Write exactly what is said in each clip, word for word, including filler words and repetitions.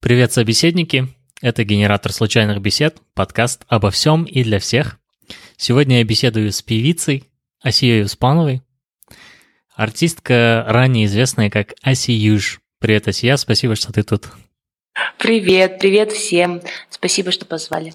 Привет, собеседники! Это «Генератор случайных бесед», подкаст обо всем и для всех. Сегодня я беседую с певицей Асией Успановой, артистка, ранее известная как Асиюш. Привет, Асия, спасибо, что ты тут. Привет, привет всем. Спасибо, что позвали.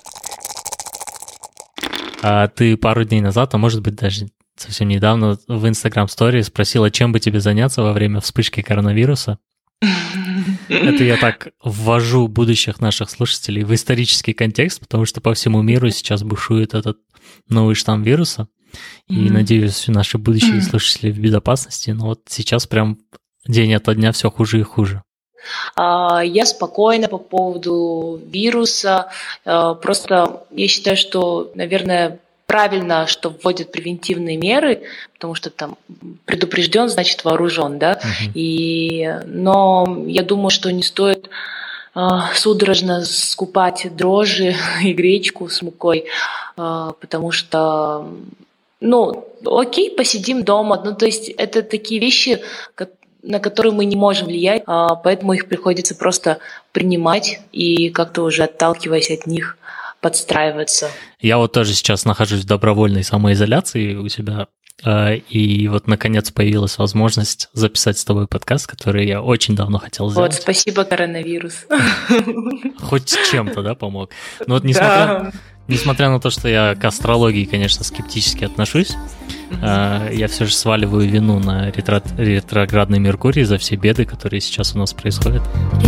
А ты пару дней назад, а может быть даже совсем недавно в Instagram Story спросила, чем бы тебе заняться во время вспышки коронавируса. Это я так ввожу будущих наших слушателей в исторический контекст, потому что по всему миру сейчас бушует этот новый штамм вируса. И, mm-hmm. надеюсь, наши будущие mm-hmm. слушатели в безопасности. Но вот сейчас прям день ото дня все хуже и хуже. Я спокойна по поводу вируса. Просто я считаю, что, наверное, правильно, что вводят превентивные меры, потому что там предупрежден, значит вооружен, да. Uh-huh. И, но я думаю, что не стоит э, судорожно скупать дрожжи и гречку с мукой, э, потому что, ну, окей, посидим дома. Ну, то есть это такие вещи, на которые мы не можем влиять, э, поэтому их приходится просто принимать и как-то уже отталкиваясь от них подстраиваться. Я вот тоже сейчас нахожусь в добровольной самоизоляции у себя, и вот наконец появилась возможность записать с тобой подкаст, который я очень давно хотел сделать. Вот, спасибо, коронавирус. Хоть чем-то, да, помог. Но вот несмотря, да. несмотря на то, что я к астрологии, конечно, скептически отношусь, mm-hmm. я все же сваливаю вину на ретро- ретроградный Меркурий за все беды, которые сейчас у нас происходят.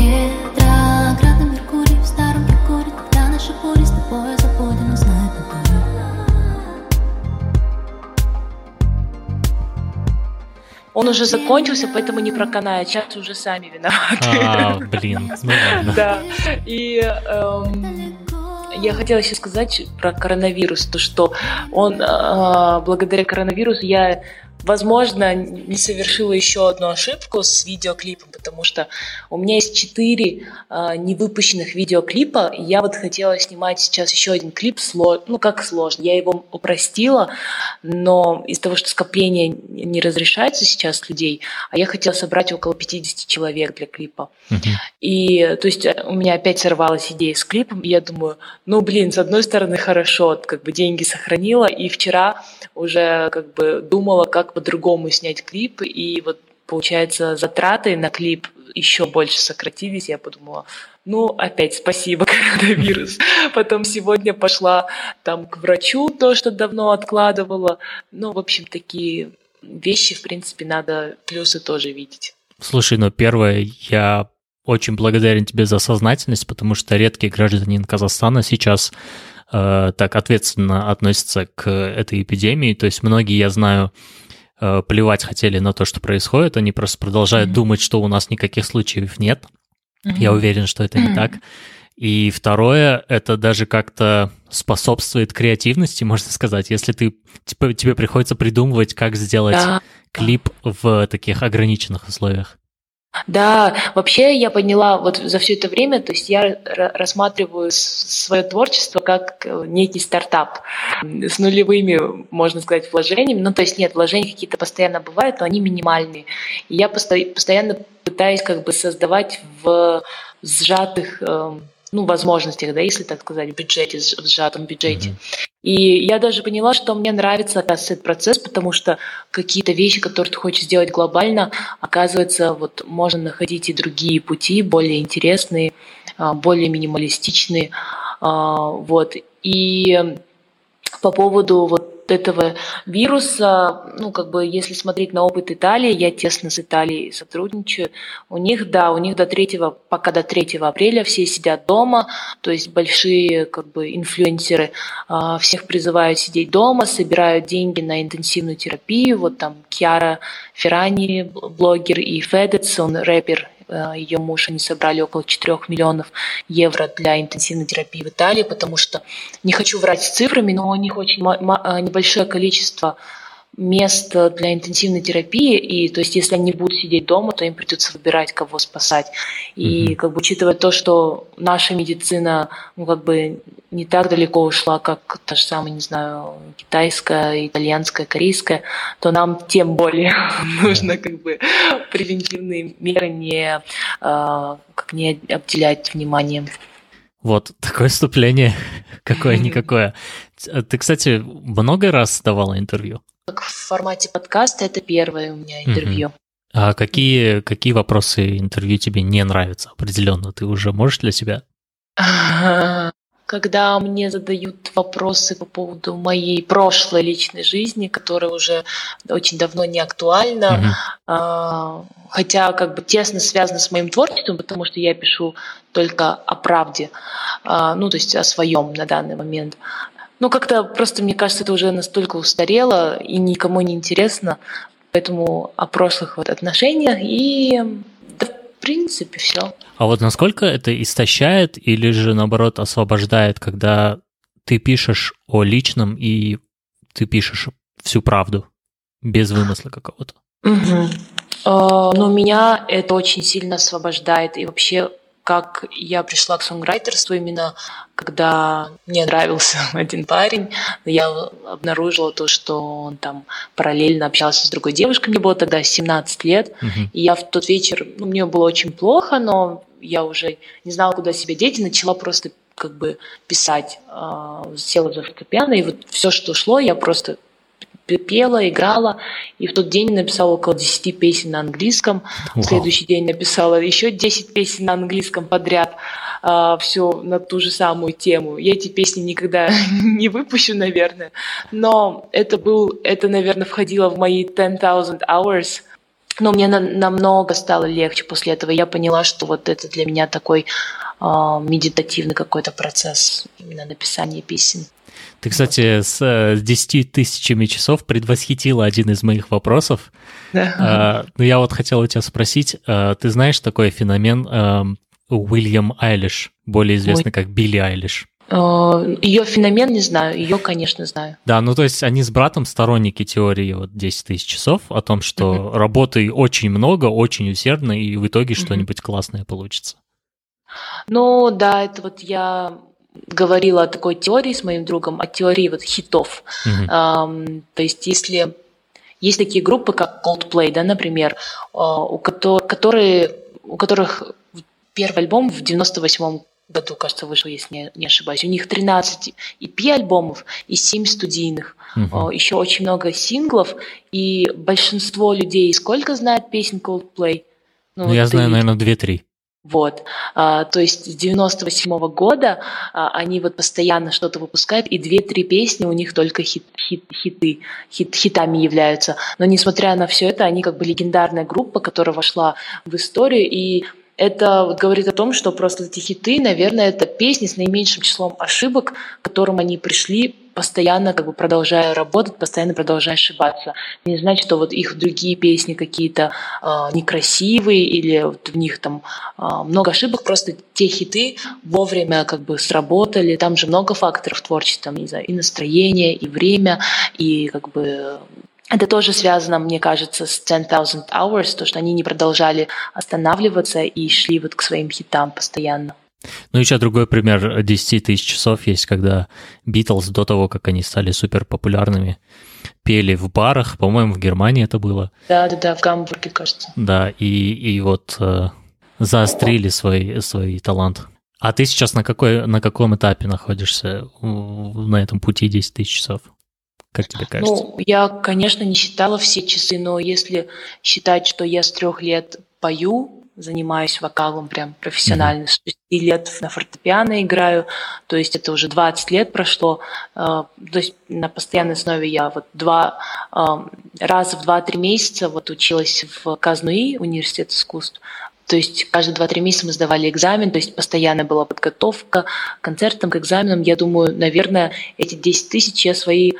Он уже закончился, поэтому не проканает. Сейчас уже сами виноваты. А, блин, ну ладно. Да, и эм, я хотела еще сказать про коронавирус, то что он, э, благодаря коронавирусу я, возможно, не совершила еще одну ошибку с видеоклипом, потому что у меня есть четыре э, невыпущенных видеоклипа, и я вот хотела снимать сейчас еще один клип, сло... ну как сложно, я его упростила, но из-за того, что скопление не разрешается сейчас людей, а я хотела собрать около пятьдесят человек для клипа. Uh-huh. И то есть у меня опять сорвалась идея с клипом, и я думаю, ну блин, с одной стороны хорошо, как бы деньги сохранила, и вчера уже как бы думала, как по-другому снять клип, и вот получается затраты на клип еще больше сократились. Я подумала, ну опять спасибо, коронавирус. Потом сегодня пошла там к врачу, то, что давно откладывала. Ну, в общем, такие вещи, в принципе, надо плюсы тоже видеть. Слушай, ну первое, я очень благодарен тебе за сознательность, потому что редкий гражданин Казахстана сейчас э, так ответственно относятся к этой эпидемии. То есть многие, я знаю, э, плевать хотели на то, что происходит, они просто продолжают mm-hmm. думать, что у нас никаких случаев нет. Mm-hmm. Я уверен, что это не mm-hmm. так. И второе, это даже как-то способствует креативности, можно сказать, если ты, типа, тебе приходится придумывать, как сделать да. клип в таких ограниченных условиях. Да, вообще я поняла вот за все это время, то есть я рассматриваю свое творчество как некий стартап с нулевыми, можно сказать, вложениями. Ну, то есть нет, вложения какие-то постоянно бывают, но они минимальные. И я постоянно пытаюсь как бы создавать в сжатых, ну, возможностях, да, если так сказать, в бюджете, в сжатом бюджете. Mm-hmm. И я даже поняла, что мне нравится этот процесс, потому что какие-то вещи, которые ты хочешь сделать глобально, оказывается, вот можно находить и другие пути, более интересные, более минималистичные. Вот. И по поводу вот этого вируса, ну, как бы, если смотреть на опыт Италии, я тесно с Италией сотрудничаю, у них, да, у них до третьего, пока до третьего апреля все сидят дома, то есть большие, как бы, инфлюенсеры э, всех призывают сидеть дома, собирают деньги на интенсивную терапию, вот там Кьяра Феррани, блогер, и Федец, он рэпер, ее муж, они собрали около четырёх миллионов евро для интенсивной терапии в Италии, потому что, не хочу врать с цифрами, но у них очень небольшое количество мест для интенсивной терапии, и то есть если они будут сидеть дома, то им придется выбирать, кого спасать. И mm-hmm. как бы учитывая то, что наша медицина, ну, как бы не так далеко ушла, как та же самая, не знаю, китайская, итальянская, корейская, то нам тем более нужно как бы превентивные меры не, как не обделять вниманием. Вот, такое вступление какое-никакое. Ты, кстати, много раз давала интервью? В формате подкаста это первое у меня интервью. А какие, какие вопросы интервью тебе не нравятся определенно? Ты уже можешь для себя? Когда мне задают вопросы по поводу моей прошлой личной жизни, которая уже очень давно не актуальна, mm-hmm. хотя как бы тесно связана с моим творчеством, потому что я пишу только о правде, ну то есть о своем на данный момент. Ну как-то просто, мне кажется, это уже настолько устарело и никому не интересно, поэтому о прошлых вот отношениях и да, в принципе все. А вот насколько это истощает или же, наоборот, освобождает, когда ты пишешь о личном и ты пишешь всю правду, без вымысла какого-то? Угу. Но меня это очень сильно освобождает. И вообще, как я пришла к сонграйтерству, именно когда мне нравился один парень, я обнаружила то, что он там параллельно общался с другой девушкой, мне было тогда семнадцать лет, uh-huh. и я в тот вечер, ну, мне было очень плохо, но я уже не знала, куда себя деть, и начала просто как бы писать, села за фортепиано, и вот все, что шло, я просто пела, играла, и в тот день написала около десяти песен на английском. Wow. В следующий день написала еще десять песен на английском подряд, а, все на ту же самую тему. Я эти песни никогда не выпущу, наверное, но это был, это, наверное, входило в мои ten thousand hours. Но мне на, намного стало легче после этого. Я поняла, что вот это для меня такой а, медитативный какой-то процесс, именно написание песен. Ты, кстати, с десятью тысячами часов предвосхитила один из моих вопросов. Да. А, ну, я вот хотел у тебя спросить, а, ты знаешь такой феномен а, Уильям Айлиш, более известный Ой. как Билли Айлиш? Ее феномен не знаю, ее, конечно, знаю. Да, ну то есть они с братом сторонники теории вот десять тысяч часов о том, что uh-huh. работы очень много, очень усердно, и в итоге uh-huh. что-нибудь классное получится. Ну да, это вот я говорила о такой теории с моим другом, о теории вот хитов. Uh-huh. Um, то есть если есть такие группы, как Coldplay, да, например, у которых, которые, у которых первый альбом в девяносто восьмом году, кажется, вышел, если не, не ошибаюсь. У них тринадцать и пи альбомов и семь студийных. Uh-huh. Еще очень много синглов, и большинство людей сколько знает песен Coldplay? Ну, я вот знаю, ты... наверное, две-три. Вот, а, то есть с девяносто восьмого года а, они вот постоянно что-то выпускают, и две-три песни у них только хит, хит, хиты, хит, хитами являются. Но несмотря на все это, они как бы легендарная группа, которая вошла в историю, и это вот говорит о том, что просто эти хиты, наверное, это песни с наименьшим числом ошибок, к которым они пришли, постоянно как бы продолжая работать, постоянно продолжая ошибаться. Не значит, что вот их другие песни какие-то э, некрасивые или вот в них там э, много ошибок, просто те хиты вовремя как бы сработали. Там же много факторов творчества, не знаю, и настроение, и время, и как бы... Это тоже связано, мне кажется, с ten thousand hours, то, что они не продолжали останавливаться и шли вот к своим хитам постоянно. Ну, еще другой пример десять тысяч часов есть, когда Битлз до того, как они стали супер популярными, пели в барах, по-моему, в Германии это было. Да-да-да, в Гамбурге, кажется. Да, и, и вот э, заострили свой, свой талант. А ты сейчас на, какой, на каком этапе находишься на этом пути десять тысяч часов? Как тебе кажется? Ну, я, конечно, не считала все часы, но если считать, что я с трех лет пою, занимаюсь вокалом прям профессионально, mm-hmm. с шести лет на фортепиано играю, то есть это уже двадцать лет прошло, то есть на постоянной основе я вот два раза в два-три месяца вот училась в КАЗНУИ, университет искусств. То есть каждые два-три месяца мы сдавали экзамен, то есть постоянно была подготовка к концертам, к экзаменам. Я думаю, наверное, эти десять тысяч я свои...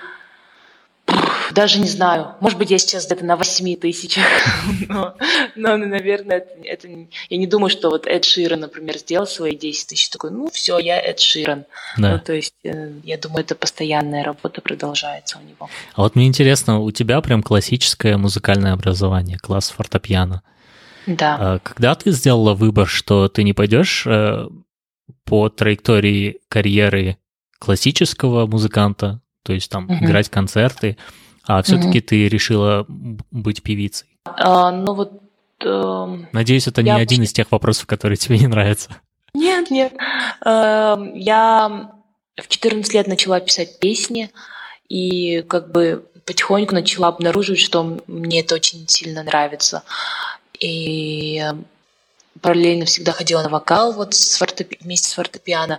Даже не знаю, может быть, я сейчас где-то на восьми тысячах, но, но, наверное, это, это... Я не думаю, что вот Эд Ширан, например, сделал свои десять тысяч, такой, ну, все, я Эд Ширан. Да. Ну, то есть, я думаю, это постоянная работа продолжается у него. А вот мне интересно, у тебя прям классическое музыкальное образование, класс фортепиано. Да. Когда ты сделала выбор, что ты не пойдешь по траектории карьеры классического музыканта, то есть там Мгм. играть концерты, а все-таки ты решила быть певицей? А, ну вот эм, Надеюсь, это не я один вообще- из тех вопросов, которые тебе не нравятся. Нет, нет. Эм, Я в четырнадцать лет начала писать песни и как бы потихоньку начала обнаруживать, что мне это очень сильно нравится. И э, параллельно всегда ходила на вокал вот с фортепи- вместе с фортепиано.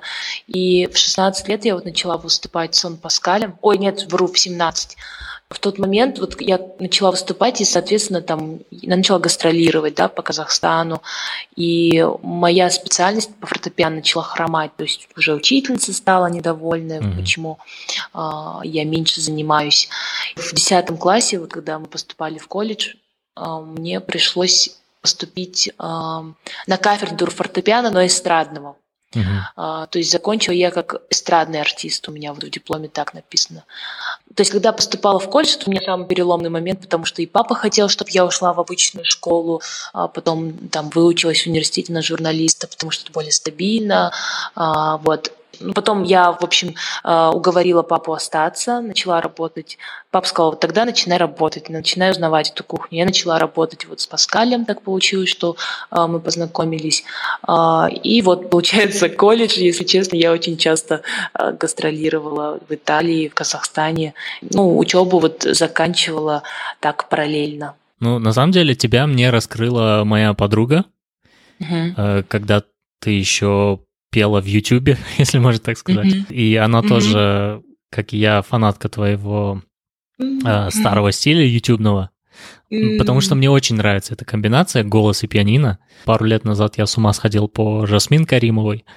И в шестнадцать лет я вот начала выступать с Сон Паскалем. Ой, нет, вру, в семнадцать. В тот момент вот я начала выступать, и, соответственно, там я начала гастролировать, да, по Казахстану. И моя специальность по фортепиано начала хромать. То есть уже учительница стала недовольна, Мгм. почему а, я меньше занимаюсь. В десятом классе, вот когда мы поступали в колледж, а, мне пришлось поступить а, на кафедру фортепиано, но эстрадного. Мгм. А, то есть закончила я как эстрадный артист, у меня вот в дипломе так написано. То есть когда поступала в колледж, это у меня самый переломный момент, потому что и папа хотел, чтобы я ушла в обычную школу, а потом там выучилась в университете на журналиста, потому что это более стабильно. А, вот. Ну, потом я, в общем, а, уговорила папу остаться, начала работать. Папа сказал, вот тогда начинай работать, начинай узнавать эту кухню. Я начала работать вот с Паскалем, так получилось, что а, мы познакомились. А, и вот, получается, колледж, если честно, я очень часто а, гастролировала в Италии, в Казахстане. Ну, учебу вот заканчивала так параллельно. Ну, на самом деле, тебя мне раскрыла моя подруга, Мгм. э, когда ты еще пела в Ютубе, если можно так сказать. Мгм. И она Мгм. тоже, как и я, фанатка твоего э, старого стиля ютубного. М. Потому что мне очень нравится эта комбинация голос и пианино. Пару лет назад я с ума сходил по Жасмин Каримовой,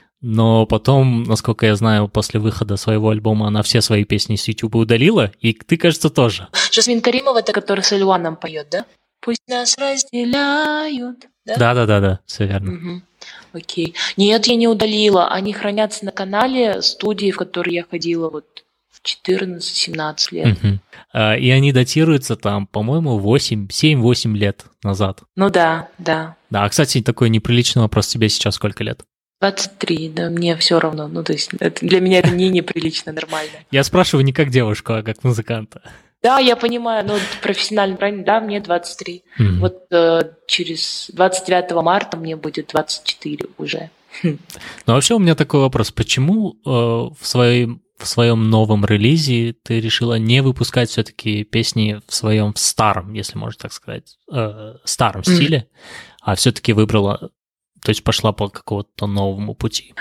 но потом, насколько я знаю, после выхода своего альбома она все свои песни с Ютуба удалила, и ты, кажется, тоже. Жасмин Каримова, это который с Эльваном поет, да? Пусть нас разделяют. Да? Да-да-да-да, все верно. Мгм. Окей. Нет, я не удалила. Они хранятся на канале студии, в которой я ходила вот в четырнадцать-семнадцать лет. Мгм. А, И они датируются там, по-моему, восемь, семь-восемь лет назад. Ну да, да. Да, а, кстати, такой неприличный вопрос, тебе сейчас сколько лет? двадцать три, да, мне все равно. Ну, то есть это- для меня это не неприлично, нормально. Я спрашиваю не как девушку, а как музыканта. Да, я понимаю, ну, профессионально, правильно? Да, мне двадцать три. Мгм. Вот э, через двадцать девятого марта мне будет двадцать четыре уже. Ну, вообще у меня такой вопрос. Почему э, в, своем, в своем новом релизе ты решила не выпускать все-таки песни в своем старом, если можно так сказать, э, старом Мгм. стиле, а все-таки выбрала, то есть пошла по какому-то новому пути?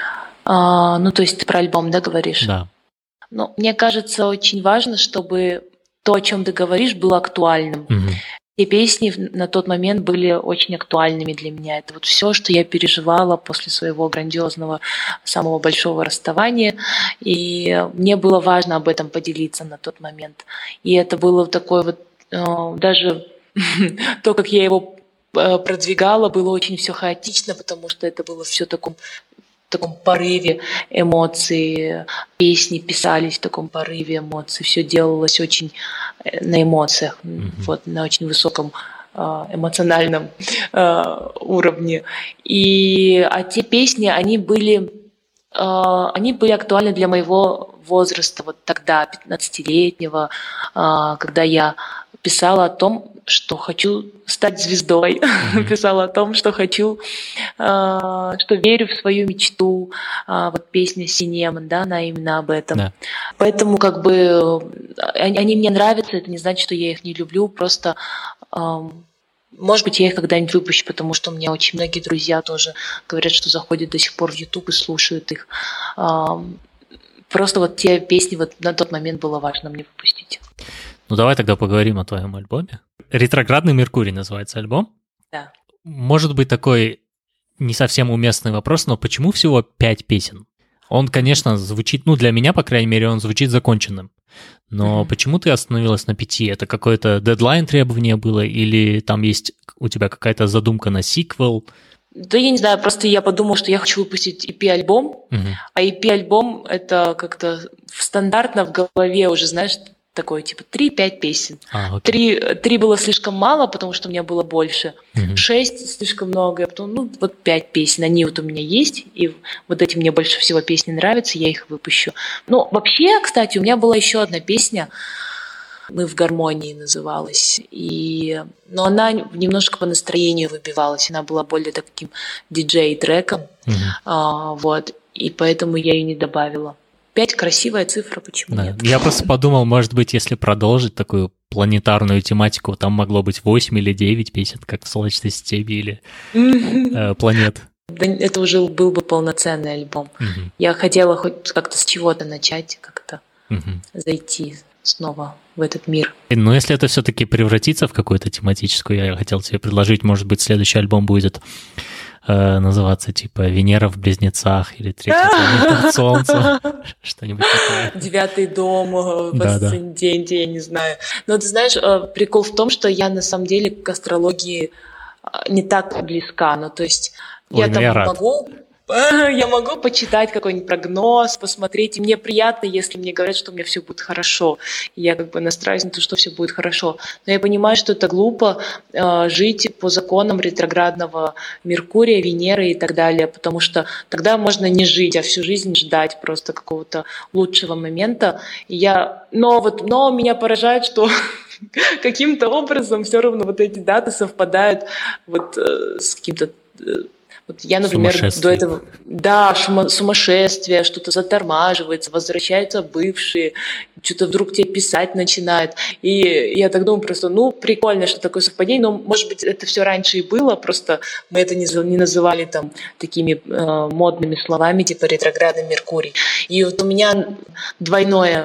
А, ну, то есть ты про альбом, да, говоришь? Да. Ну, мне кажется, очень важно, чтобы то, о чем ты говоришь, было актуальным. Мгм. Те песни в- на тот момент были очень актуальными для меня. Это вот все, что я переживала после своего грандиозного, самого большого расставания. И мне было важно об этом поделиться на тот момент. И это было такое вот, э, даже то, как я его э, продвигала, было очень все хаотично, потому что это было все в таком в таком порыве эмоций, песни писались в таком порыве эмоций, все делалось очень э, на эмоциях, Мгм. вот на очень высоком э, эмоциональном э, уровне. И а те песни, они были, э, они были актуальны для моего возраста, вот тогда, пятнадцатилетнего, э, когда я писала о том, что хочу стать звездой, Мгм. писала о том, что хочу, а, что верю в свою мечту. А, вот песня «Синемон», да, она именно об этом. Да. Поэтому как бы э, они, они мне нравятся, это не значит, что я их не люблю, просто ам, может быть, я их когда-нибудь выпущу, потому что у меня очень многие друзья тоже говорят, что заходят до сих пор в YouTube и слушают их. Ам, Просто вот те песни вот на тот момент было важно мне выпустить. Ну, давай тогда поговорим о твоем альбоме. «Ретроградный Меркурий» называется альбом. Да. Может быть, такой не совсем уместный вопрос, но почему всего пять песен? Он, конечно, звучит, ну, для меня, по крайней мере, он звучит законченным. Но Мгм. почему ты остановилась на пяти? Это какой-то дедлайн требования было? Или там есть у тебя какая-то задумка на сиквел? Да я не знаю, просто я подумала, что я хочу выпустить и пи-альбом, Мгм. а и пи-альбом это как-то стандартно в голове уже, знаешь, такой, типа, три-пять песен. А, три, три было слишком мало, потому что у меня было больше. Угу. Шесть слишком много. А потом, ну, вот пять песен. Они вот у меня есть. И вот эти мне больше всего песни нравятся, я их выпущу. Ну, вообще, кстати, у меня была еще одна песня. «Мы в гармонии» называлась. И... Но она немножко по настроению выбивалась. Она была более таким диджей-треком. Угу. А, вот. И поэтому я ее не добавила. Пять красивая цифра, почему да. нет? Я просто подумал, может быть, если продолжить такую планетарную тематику, там могло быть восемь или девять песен, как в Солнечной системе или э, планет. Да, это уже был бы полноценный альбом. Угу. Я хотела хоть как-то с чего-то начать, как-то угу. зайти снова в этот мир. Но если это все-таки превратится в какую-то тематическую, я хотел тебе предложить, может быть, следующий альбом будет э, называться типа «Венера в близнецах» или «Третья планета от Солнца», что-нибудь такое. «Девятый дом в Да, да. асценденте», я не знаю. Но ты знаешь, прикол в том, что я на самом деле к астрологии не так близка. Ну, то есть Ой, я ну там я рад. могу... Я могу почитать какой-нибудь прогноз, посмотреть, и мне приятно, если мне говорят, что у меня все будет хорошо. И я как бы настраиваюсь на то, что все будет хорошо. Но я понимаю, что это глупо э, жить по законам ретроградного Меркурия, Венеры и так далее, потому что тогда можно не жить, а всю жизнь ждать просто какого-то лучшего момента. И я... но, вот, но меня поражает, что каким-то образом все равно вот эти даты совпадают вот, э, с каким-то... Э, Вот я, например, до этого... Да, шума, сумасшествие, что-то затормаживается, возвращаются бывшие, что-то вдруг тебе писать начинают. И я так думаю просто, ну, прикольно, что такое совпадение, но, может быть, это все раньше и было, просто мы это не, не называли там такими э, модными словами, типа ретроградный Меркурий. И вот у меня двойное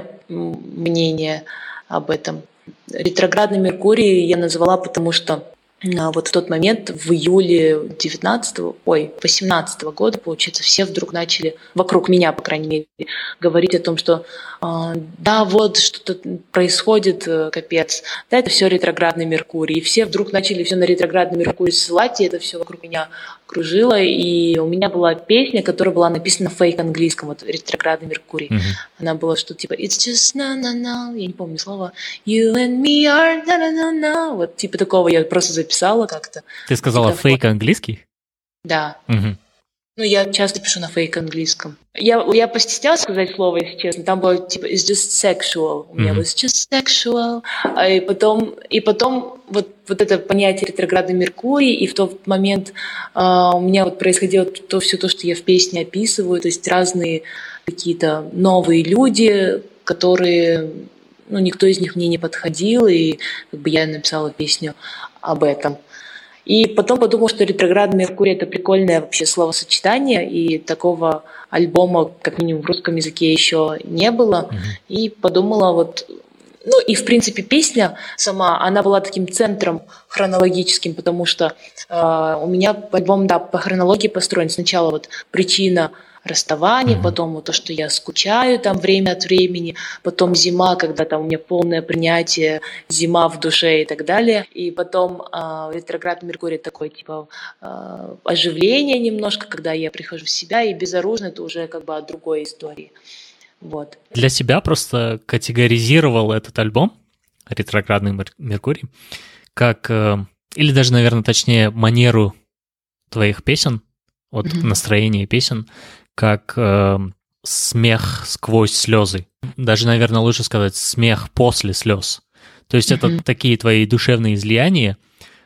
мнение об этом. Ретроградный Меркурий я назвала, потому что вот в тот момент, в июле девятнадцатого, ой, восемнадцатого года, получается, все вдруг начали, вокруг меня, по крайней мере, говорить о том, что э, да, вот что-то происходит, э, капец, да, это все ретроградный Меркурий. И все вдруг начали все на ретроградный Меркурий ссылать, и это все вокруг меня кружило. И у меня была песня, которая была написана в фейк-английском, вот ретроградный Меркурий. Mm-hmm. Она была что-то типа «It's just na-na-na», я не помню слова, «You and me are na-na-na-na», вот типа такого я просто записала как-то. Ты сказала фейк-английский? Да. Mm-hmm. Ну, я часто пишу на фейк-английском. Я, я постеснялась сказать слово, если честно. Там было типа «It's just sexual». У меня mm-hmm. «It's just sexual». А и потом, и потом вот, вот это понятие ретроградный Меркурий, и в тот момент а, у меня вот происходило то, все то, что я в песне описываю, то есть разные какие-то новые люди, которые... Ну, никто из них мне не подходил, и как бы я написала песню об этом. И потом подумала, что ретроградный Меркурий – это прикольное вообще словосочетание, и такого альбома, как минимум, в русском языке еще не было. Mm-hmm. И подумала вот… Ну и, в принципе, песня сама, она была таким центром хронологическим, потому что э, у меня альбом, да, по хронологии построен. Сначала вот причина расставания, mm-hmm. потом вот то, что я скучаю там время от времени, потом зима, когда там у меня полное принятие, зима в душе и так далее, и потом э, ретроградный Меркурий такой типа э, оживление немножко, когда я прихожу в себя, и безоружно это уже как бы от другой истории. Вот. Для себя просто категоризировал этот альбом «Ретроградный Меркурий» как, э, или даже, наверное, точнее, манеру твоих песен, вот mm-hmm. настроение песен, как э, смех сквозь слезы. Даже, наверное, лучше сказать смех после слез. То есть mm-hmm. это такие твои душевные излияния,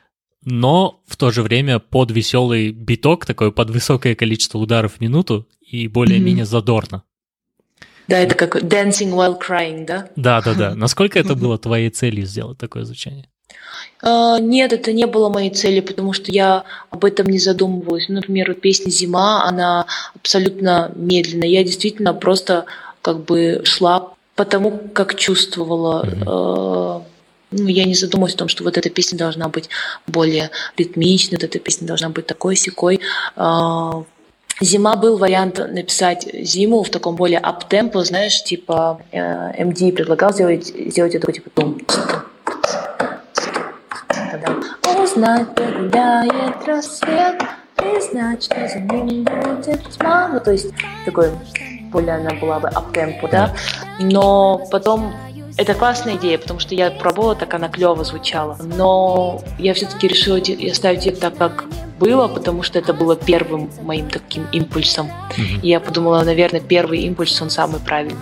но в то же время под веселый биток, такое под высокое количество ударов в минуту и более-менее mm-hmm. задорно. Да, это как dancing while crying, да? Да-да-да. Насколько это было твоей целью сделать такое звучание? Uh, нет, это не было моей целью, потому что я об этом не задумывалась. Например, вот песня «Зима», она абсолютно медленная. Я действительно просто как бы шла по тому, как чувствовала. Mm-hmm. Uh, ну, я не задумывалась о том, что вот эта песня должна быть более ритмичной, вот эта песня должна быть такой-сякой. Uh, «Зима» был вариант написать зиму в таком более ап-темпо, знаешь, типа uh, эм ди предлагал сделать, сделать это типа тум. Узнать, погуляет рассвет, и знать, что за ним будет тьма. Ну, то есть, такой, более она была бы ап-темпо, да. Но потом Это классная идея, потому что я пробовала, так она клево звучала. Но я все-таки решила оставить ее так, как было, потому что это было первым моим таким импульсом. Mm-hmm. И я подумала, наверное, первый импульс, он самый правильный.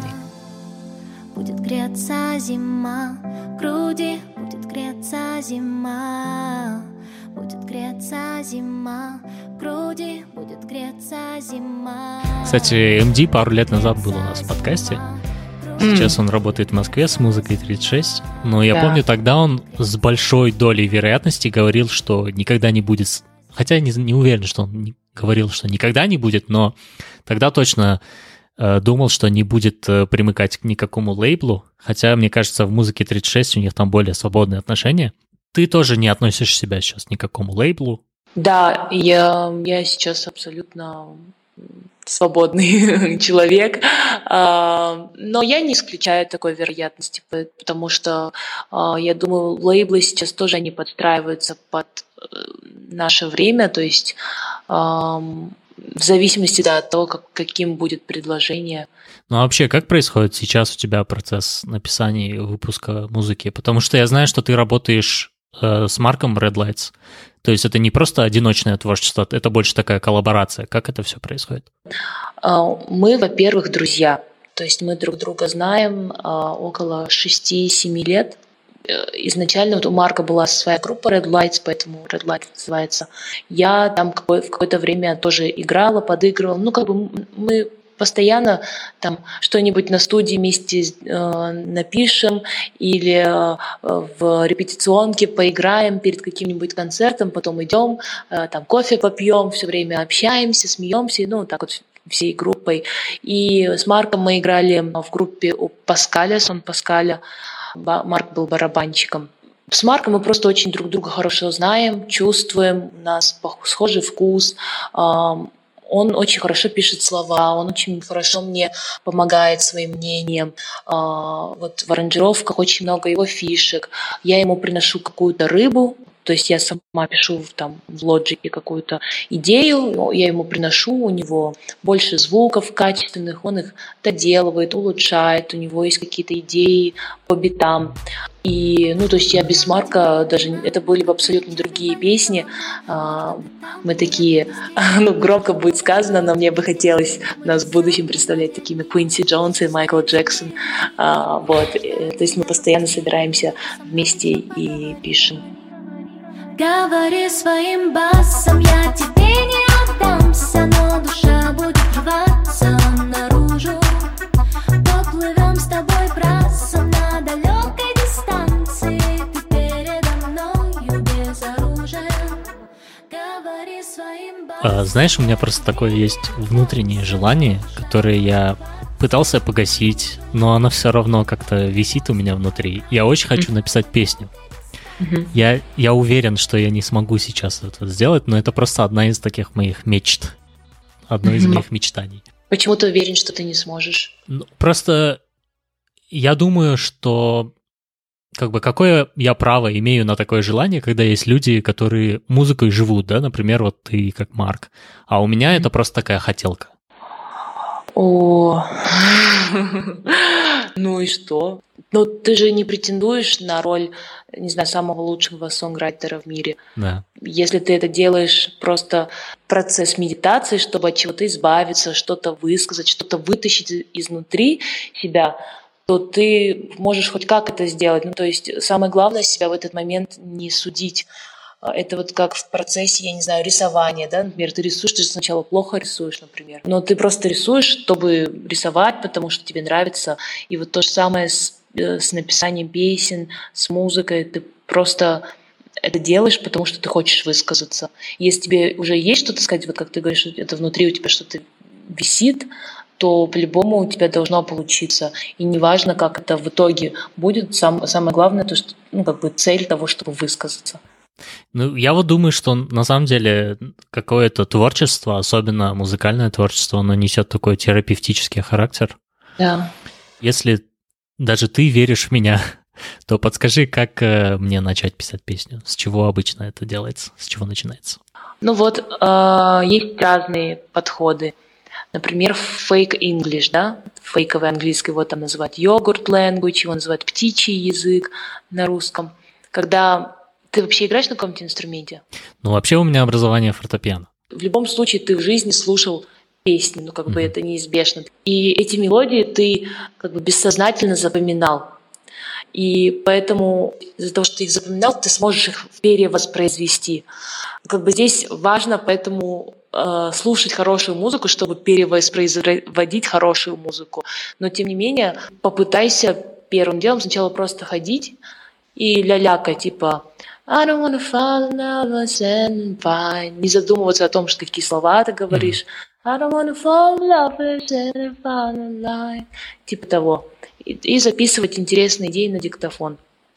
Будет греться зима, в груди будет греться зима. Будет греться зима, в груди будет греться зима. Кстати, эм ди пару лет назад был у нас в подкасте. Сейчас mm. он работает в Москве с музыкой тридцать шесть. Но я да. помню, тогда он с большой долей вероятности говорил, что никогда не будет... Хотя я не, не уверен, что он не говорил, что никогда не будет, но тогда точно э, думал, что не будет э, примыкать к никакому лейблу. Хотя, мне кажется, в музыке тридцать шесть у них там более свободные отношения. Ты тоже не относишь себя сейчас к никакому лейблу? Да, я, я сейчас абсолютно свободный человек, но я не исключаю такой вероятности, потому что я думаю, лейблы сейчас тоже они подстраиваются под наше время, то есть в зависимости да, от того, как, каким будет предложение. Ну а вообще, как происходит сейчас у тебя процесс написания и выпуска музыки? Потому что я знаю, что ты работаешь э, с Марком Red Lights. То есть это не просто одиночное творчество, это больше такая коллаборация. Как это все происходит? Мы, во-первых, друзья. То есть мы друг друга знаем около шести-семи лет. Изначально вот у Марка была своя группа Red Lights, поэтому Red Lights называется. Я там в какое-то время тоже играла, подыгрывала. Ну, как бы мы постоянно там что-нибудь на студии вместе э, напишем или э, в репетиционке поиграем перед каким-нибудь концертом, потом идем, э, там кофе попьем, все время общаемся, смеемся, ну, так вот всей группой. И с Марком мы играли в группе у Паскаля, сон Паскаля. Марк был барабанщиком. С Марком мы просто очень друг друга хорошо знаем, чувствуем, у нас схожий вкус. Он очень хорошо пишет слова, он очень хорошо мне помогает своим мнением. Вот в аранжировках очень много его фишек. Я ему приношу какую-то рыбу, то есть я сама пишу там, в Logic какую-то идею, я ему приношу, у него больше звуков качественных, он их доделывает, улучшает, у него есть какие-то идеи по битам. И, ну, то есть я без Марка даже, это были бы абсолютно другие песни. Мы такие, ну, громко будет сказано, но мне бы хотелось нас в будущем представлять такими Квинси Джонс и Майкл Джексон. Вот, то есть мы постоянно собираемся вместе и пишем. Говори своим басом, я тебе не отдамся, но душа будет рваться наружу. Поплывем с тобой брассом на далекой дистанции. Ты передо мною без оружия. Говори своим басом. А, знаешь, у меня просто такое есть внутреннее желание, которое я пытался погасить, но оно все равно как-то висит у меня внутри. Я очень хочу написать песню. Uh-huh. Я, я уверен, что я не смогу сейчас это сделать, но это просто одна из таких моих мечт. Одно из uh-huh. моих мечтаний. Почему ты уверен, что ты не сможешь? Ну, просто я думаю, что как бы какое я право имею на такое желание, когда есть люди, которые музыкой живут, да, например, вот ты как Марк. А у меня uh-huh. это просто такая хотелка. О, ну и что? Ну, ты же не претендуешь на роль, не знаю, самого лучшего сонграйтера в мире. Да. Если ты это делаешь просто процесс медитации, чтобы от чего-то избавиться, что-то высказать, что-то вытащить изнутри себя, то ты можешь хоть как это сделать. Ну, то есть самое главное себя в этот момент не судить. Это вот как в процессе, я не знаю, рисования, да, например, ты рисуешь, ты же сначала плохо рисуешь, например, но ты просто рисуешь, чтобы рисовать, потому что тебе нравится, и вот то же самое с, с написанием песен, с музыкой, ты просто это делаешь, потому что ты хочешь высказаться. Если тебе уже есть что-то сказать, вот как ты говоришь, это внутри у тебя что-то висит, то по-любому у тебя должно получиться. И неважно, как это в итоге будет, сам, самое главное, то, что, ну, как бы цель того, чтобы высказаться. Ну, я вот думаю, что на самом деле какое-то творчество, особенно музыкальное творчество, оно несет такой терапевтический характер. Да. Если даже ты веришь в меня, то подскажи, как мне начать писать песню? С чего обычно это делается? С чего начинается? Ну вот, э, есть разные подходы. например, fake English, да, фейковый английский, его там называют yogurt language, его называют птичий язык на русском. Когда ты вообще играешь на каком-то инструменте? Ну, вообще у меня образование фортепиано. В любом случае ты в жизни слушал песни, ну, как бы это неизбежно. И эти мелодии ты как бы бессознательно запоминал. И поэтому из-за того, что ты их запоминал, ты сможешь их перевоспроизвести. Как бы здесь важно поэтому э, слушать хорошую музыку, чтобы перевоспроизводить хорошую музыку. Но тем не менее, попытайся первым делом сначала просто ходить и ля-ляка, типа I don't wanna fall in love and fine. Не задумываться о том, что какие слова ты говоришь. I don't wanna fall in love and fall in line. Типа того. И, и записывать интересные идеи на диктофон.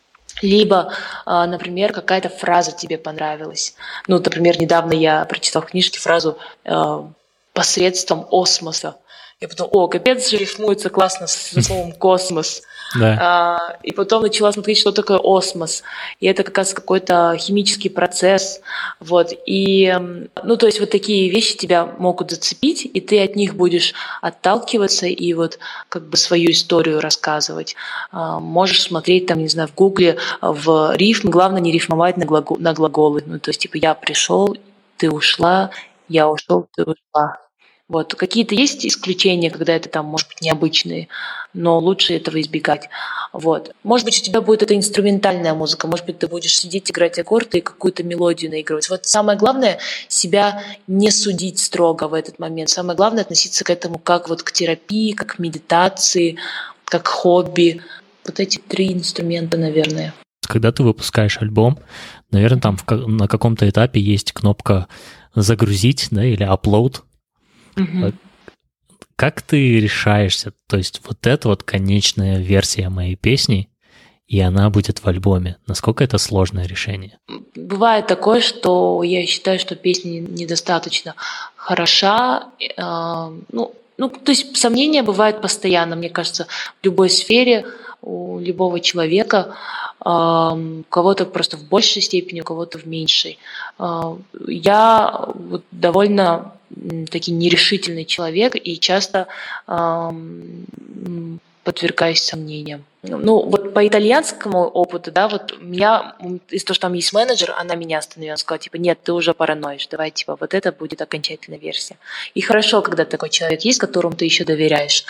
Либо, э, например, какая-то фраза тебе понравилась. Ну, например, недавно я прочитал в книжке фразу э, «посредством осмоса». Я потом, о, капец же рифмуется классно со словом «космос». Да. А, и потом начала смотреть, что такое осмос. И это как раз какой-то химический процесс. Вот. И, ну, то есть вот такие вещи тебя могут зацепить, и ты от них будешь отталкиваться и вот как бы свою историю рассказывать. А, можешь смотреть там, не знаю, в Гугле в рифм. Главное не рифмовать на, глаго- на глаголы. Ну, то есть типа я пришел, ты ушла, я ушел, ты ушла. Вот. Какие-то есть исключения, когда это там, может быть, необычные, но лучше этого избегать. Вот. Может быть, у тебя будет это инструментальная музыка, может быть, ты будешь сидеть, играть аккорды и какую-то мелодию наигрывать. Вот самое главное — себя не судить строго в этот момент. Самое главное — относиться к этому как вот к терапии, как к медитации, как к хобби. Вот эти три инструмента, наверное. Когда ты выпускаешь альбом, наверное, там в, на каком-то этапе есть кнопка «загрузить», да, или «upload». Угу. Как ты решаешься? То есть вот это вот конечная версия моей песни, и она будет в альбоме. Насколько это сложное решение? Бывает такое, что я считаю, что песня недостаточно хороша. Э, ну, ну, то есть сомнения бывают постоянно, мне кажется, в любой сфере, у любого человека. У кого-то просто в большей степени, у кого-то в меньшей. Я вот довольно таки нерешительный человек и часто подвергаюсь сомнениям. Ну, вот по итальянскому опыту, да, вот меня, из-за того, что там есть менеджер, она меня остановила, сказала, типа, нет, ты уже параноишь, давай, типа, вот это будет окончательная версия. И хорошо, когда такой человек есть, которому ты еще доверяешь.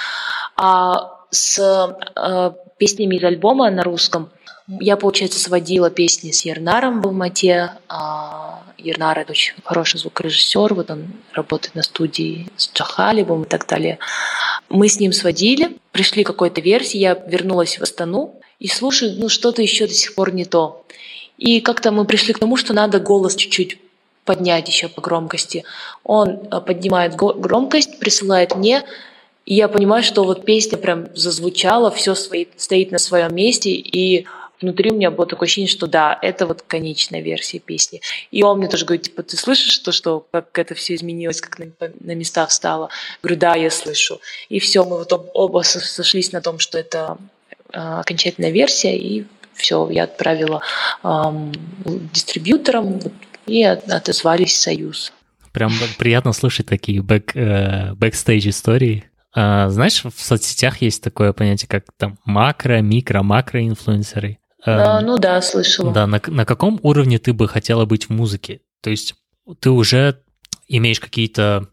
А с э, песнями из альбома на русском я, получается, сводила песни с Ернаром в Алмате. А Ернар — это очень хороший звукорежиссер, вот он работает на студии с Джахалибом и так далее. Мы с ним сводили, пришли к какой-то версии, я вернулась в Астану и слушаю, ну, что-то еще до сих пор не то. И как-то мы пришли к тому, что надо голос чуть-чуть поднять еще по громкости. Он поднимает громкость, присылает мне, и я понимаю, что вот песня прям зазвучала, все стоит на своем месте, и внутри у меня было такое ощущение, что да, это вот конечная версия песни. И он мне тоже говорит, типа, ты слышишь то, что как это все изменилось, как на, на местах стало? Говорю, да, я слышу. И все, мы вот оба сошлись на том, что это э, окончательная версия, и все, я отправила э, дистрибьюторам, и отозвались в Союз. Прям приятно слышать такие бэк, э, бэкстейдж истории. А, знаешь, в соцсетях есть такое понятие, как там макро, микро, макро-инфлюенсеры. А, ну да, слышала. Да, на, на каком уровне ты бы хотела быть в музыке? То есть ты уже имеешь какие-то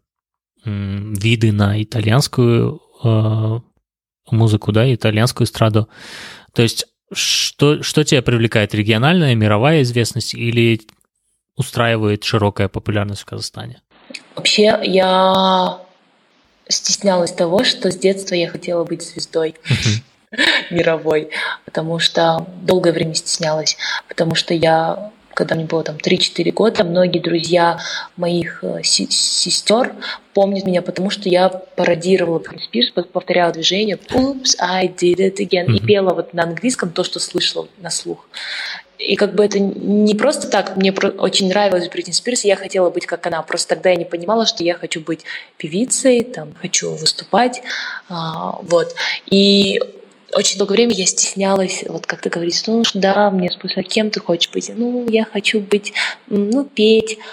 м, виды на итальянскую э, музыку, да, итальянскую эстраду. То есть что, что тебя привлекает? Региональная, мировая известность или устраивает широкая популярность в Казахстане? Вообще, я стеснялась того, что с детства я хотела быть звездой мировой, потому что долгое время стеснялась, потому что я, когда мне было там три-четыре года, многие друзья моих сестер помнят меня, потому что я пародировала Бритни Спирс, повторяла движение «Oops, I did it again» и пела вот на английском то, что слышала на слух. И как бы это не просто так, мне очень нравилась Бритни Спирс, и я хотела быть как она, просто тогда я не понимала, что я хочу быть певицей, там, хочу выступать, а, вот. И очень долгое время я стеснялась, вот как ты говоришь, ну да, мне спрашивают, кем ты хочешь быть? Ну, я хочу быть, ну, петь.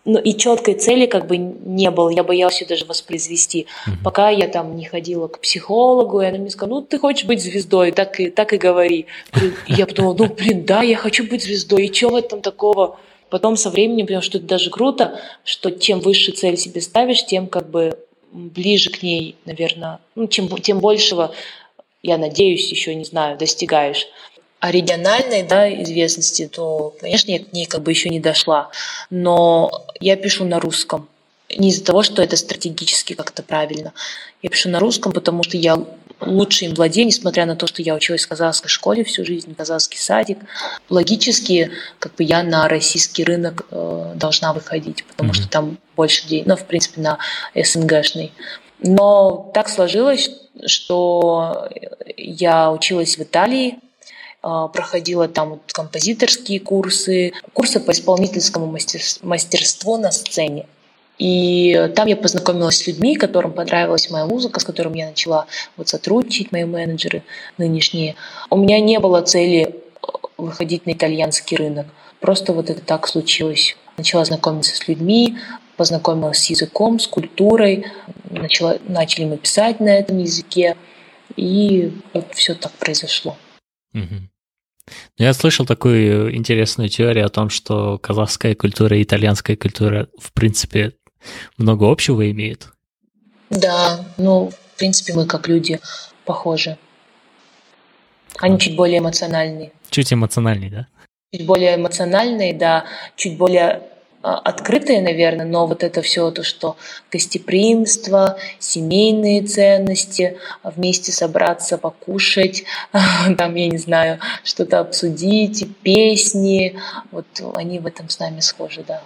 ну, и четкой цели как бы не было, я боялась ее даже воспроизвести. Mm-hmm. Пока я там не ходила к психологу, и она мне сказала, ну, ты хочешь быть звездой, так и, так и говори. И я подумала, ну, блин, да, я хочу быть звездой, и что в этом такого? Потом со временем поняла, что это даже круто, что чем выше цель себе ставишь, тем как бы ближе к ней, наверное, ну, чем, тем большего, я надеюсь, еще не знаю, достигаешь. А региональной, да, известности, то, конечно, я к ней как бы еще не дошла. Но я пишу на русском. Не из-за того, что это стратегически как-то правильно. Я пишу на русском, потому что я лучше им владею, несмотря на то, что я училась в казахской школе всю жизнь, казахский садик. Логически, как бы я на российский рынок э, должна выходить, потому mm-hmm. что там больше денег, ну, в принципе, на СНГшный. Но так сложилось, что я училась в Италии, проходила там композиторские курсы, курсы по исполнительскому мастерству на сцене. И там я познакомилась с людьми, которым понравилась моя музыка, с которыми я начала вот сотрудничать, мои менеджеры нынешние. У меня не было цели выходить на итальянский рынок. Просто вот это так случилось. Начала знакомиться с людьми, познакомилась с языком, с культурой. Начала, начали мы писать на этом языке. И вот все так произошло. Угу. Я слышал такую интересную теорию о том, что казахская культура и итальянская культура, в принципе, много общего имеют. Да, ну, в принципе, мы как люди похожи. Они чуть более эмоциональные. Чуть эмоциональнее, да? Чуть более эмоциональные, да, чуть более открытые, наверное, но вот это все то, что гостеприимство, семейные ценности, вместе собраться, покушать, там, я не знаю, что-то обсудить, песни, вот они в этом с нами схожи, да.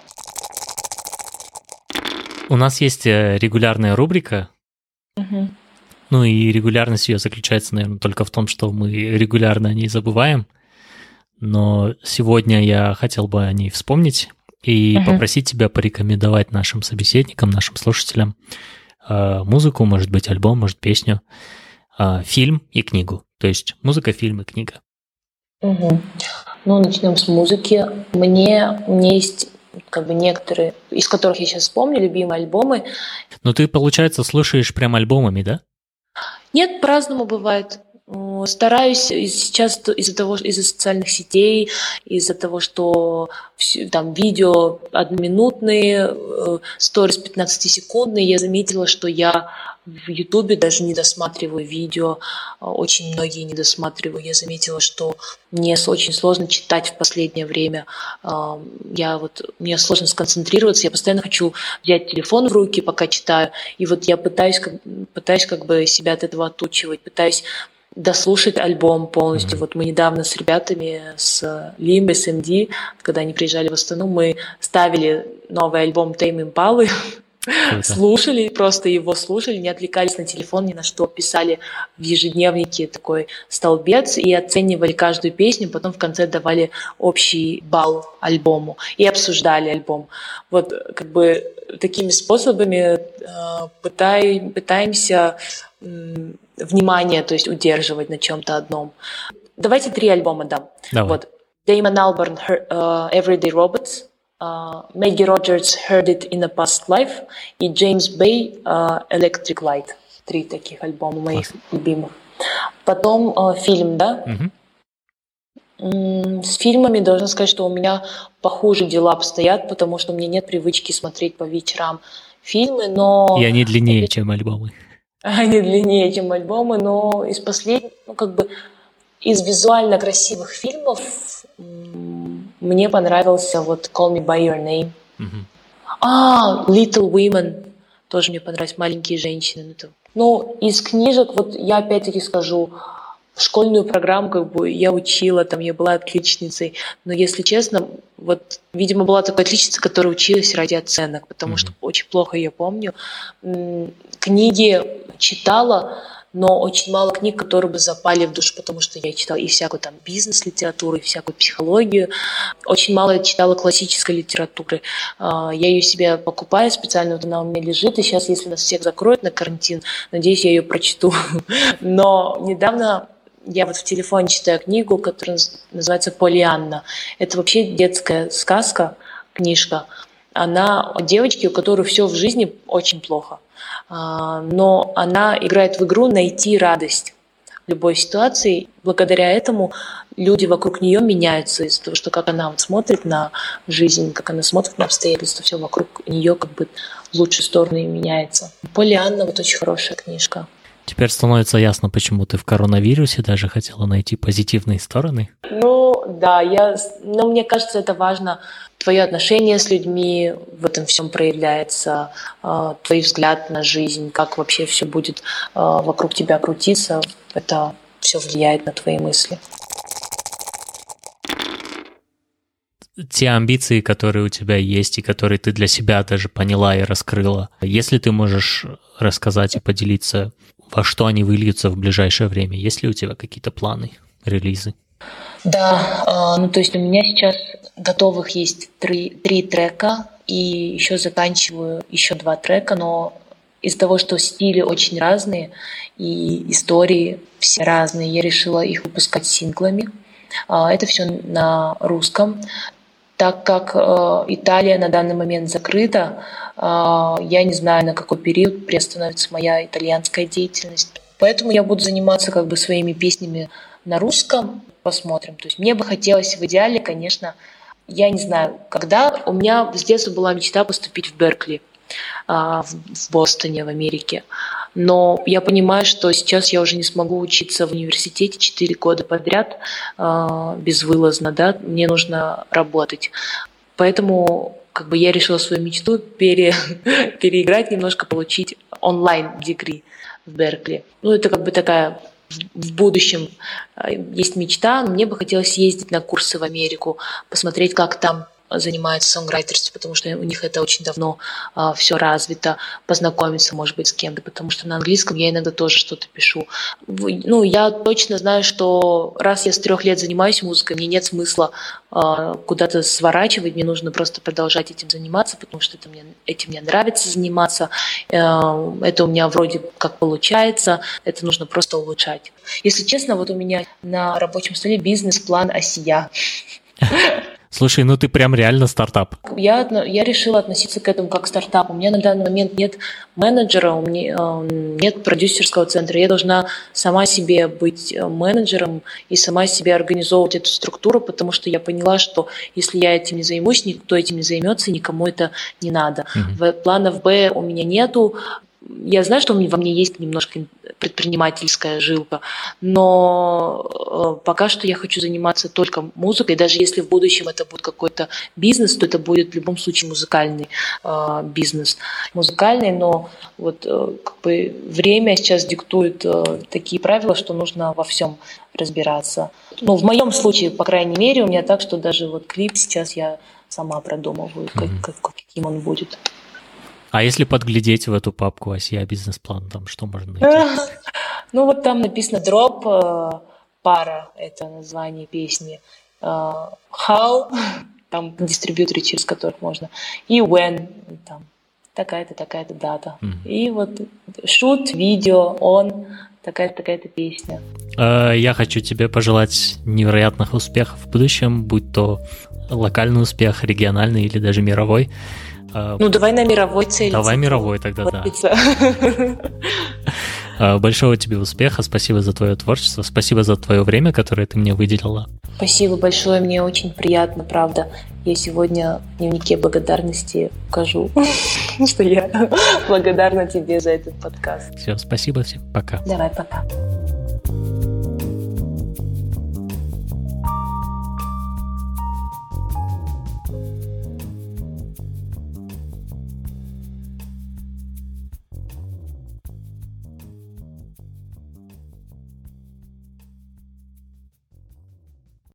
У нас есть регулярная рубрика, угу. ну и регулярность ее заключается, наверное, только в том, что мы регулярно о ней забываем, но сегодня я хотел бы о ней вспомнить и uh-huh. попросить тебя порекомендовать нашим собеседникам, нашим слушателям э, музыку, может быть, альбом, может, песню, э, фильм и книгу. То есть музыка, фильм и книга. Uh-huh. Ну, начнем с музыки. Мне, у меня есть как бы некоторые, из которых я сейчас вспомню, любимые альбомы. Ну, ты, получается, слушаешь прям альбомами, да? Нет, по-разному бывает. Стараюсь сейчас из-за того, из-за социальных сетей, из-за того, что там видео одноминутные, сторис пятнадцатисекундные, я заметила, что я в Ютубе даже не досматриваю видео, очень многие не досматриваю. Я заметила, что мне очень сложно читать в последнее время. Я вот, мне сложно сконцентрироваться, я постоянно хочу взять телефон в руки, пока читаю, и вот я пытаюсь, пытаюсь как бы себя от этого отучивать, пытаюсь дослушать альбом полностью. Mm-hmm. Вот мы недавно с ребятами, с Лим, с эм ди, когда они приезжали в Астану, мы ставили новый альбом Тейм Импалы, слушали, просто его слушали, не отвлекались на телефон ни на что, писали в ежедневнике такой столбец и оценивали каждую песню, потом в конце давали общий балл альбому и обсуждали альбом. Вот как бы такими способами э, пытай, пытаемся э, внимание, то есть удерживать на чем-то одном. Давайте три альбома дам. Давай. Вот. Damon Albarn, uh, Everyday Robots, uh, Maggie Rogers, Heard It in a Past Life и James Bay, uh, Electric Light. Три таких альбома моих Класс. любимых. Потом uh, фильм, да? Угу. С фильмами должна сказать, что у меня похуже дела обстоят, потому что у меня нет привычки смотреть по вечерам фильмы, но... И они длиннее, чем альбомы. Они длиннее, чем альбомы, но из последних, ну, как бы, из визуально красивых фильмов мне понравился вот Call Me By Your Name. Mm-hmm. А, Little Women, тоже мне понравились, маленькие женщины. Ну, из книжек, вот я опять-таки скажу, школьную программу как бы я учила, там я была отличницей, но если честно, вот, видимо, была такой отличница, которая училась ради оценок, потому mm-hmm. что очень плохо ее помню. Книги читала, но очень мало книг, которые бы запали в душу, потому что я читала и всякую там бизнес-литературу, и всякую психологию. Очень мало читала классической литературы. Я ее себе покупаю специально, вот она у меня лежит, и сейчас, если нас всех закроют на карантин, надеюсь, я ее прочту. Но недавно я вот в телефоне читаю книгу, которая называется «Поллианна». Это вообще детская сказка, книжка. Она о девочке, у которой все в жизни очень плохо. Но она играет в игру найти радость в любой ситуации. Благодаря этому люди вокруг нее меняются из-за того, что как она вот смотрит на жизнь, как она смотрит на обстоятельства, все вокруг нее как бы в лучшую сторону и меняется. Поллианна вот очень хорошая книжка. Теперь становится ясно, почему ты в коронавирусе даже хотела найти позитивные стороны. Ну, да, я, но мне кажется, это важно. Твое отношение с людьми в этом всем проявляется, э, твой взгляд на жизнь, как вообще все будет э, вокруг тебя крутиться, это все влияет на твои мысли. Те амбиции, которые у тебя есть и которые ты для себя даже поняла и раскрыла, если ты можешь рассказать и поделиться, во что они выльются в ближайшее время, есть ли у тебя какие-то планы, релизы? Да, ну то есть у меня сейчас готовых есть три, три трека, и еще заканчиваю еще два трека, но из-за того, что стили очень разные и истории все разные, я решила их выпускать синглами. Это все на русском. Так как Италия на данный момент закрыта, я не знаю, на какой период приостановится моя итальянская деятельность. Поэтому я буду заниматься как бы своими песнями на русском. Посмотрим. То есть мне бы хотелось в идеале, конечно, я не знаю, когда у меня с детства была мечта поступить в Беркли, в Бостоне, в Америке. Но я понимаю, что сейчас я уже не смогу учиться в университете четыре года подряд безвылазно, да, мне нужно работать. Поэтому как бы я решила свою мечту пере, переиграть немножко, получить онлайн-дегри в Беркли. Ну, это как бы такая... В будущем есть мечта, но мне бы хотелось ездить на курсы в Америку, посмотреть, как там занимаются сонграйтерством, потому что у них это очень давно а, все развито, познакомиться, может быть, с кем-то, потому что на английском я иногда тоже что-то пишу. Ну, я точно знаю, что раз я с трех лет занимаюсь музыкой, мне нет смысла а, куда-то сворачивать, мне нужно просто продолжать этим заниматься, потому что это мне, этим мне нравится заниматься, а, это у меня вроде как получается, это нужно просто улучшать. Если честно, вот у меня на рабочем столе бизнес-план «Осия». Слушай, ну ты прям реально стартап. Я, я решила относиться к этому как к стартапу. У меня на данный момент нет менеджера, у меня нет продюсерского центра. Я должна сама себе быть менеджером и сама себе организовывать эту структуру, потому что я поняла, что если я этим не займусь, никто этим не займется, никому это не надо. Mm-hmm. Планов Б у меня нету. Я знаю, что во мне есть немножко предпринимательская жилка, но пока что я хочу заниматься только музыкой. Даже если в будущем это будет какой-то бизнес, то это будет в любом случае музыкальный э, бизнес. Музыкальный, но вот э, как бы время сейчас диктует э, такие правила, что нужно во всем разбираться. Ну, в моем случае, по крайней мере, у меня так, что даже вот клип сейчас я сама продумываю, mm-hmm. как, как, каким он будет. А если подглядеть в эту папку «Осия бизнес-план», там что можно найти? Ну вот там написано «Дроп», «Пара» — это название песни, «How», там дистрибьюторы, через которых можно, и «When», там такая-то, такая-то дата. Mm-hmm. И вот «Shoot», «Видео», «On», такая-то, такая-то песня. Я хочу тебе пожелать невероятных успехов в будущем, будь то локальный успех, региональный или даже мировой. Ну, давай на мировой цели. Давай мировой тогда, да. Большого тебе успеха, спасибо за твое творчество, спасибо за твое время, которое ты мне выделила. Спасибо большое, мне очень приятно, правда. Я сегодня в дневнике благодарности укажу, что я благодарна тебе за этот подкаст. Все, спасибо всем, пока. Давай, пока.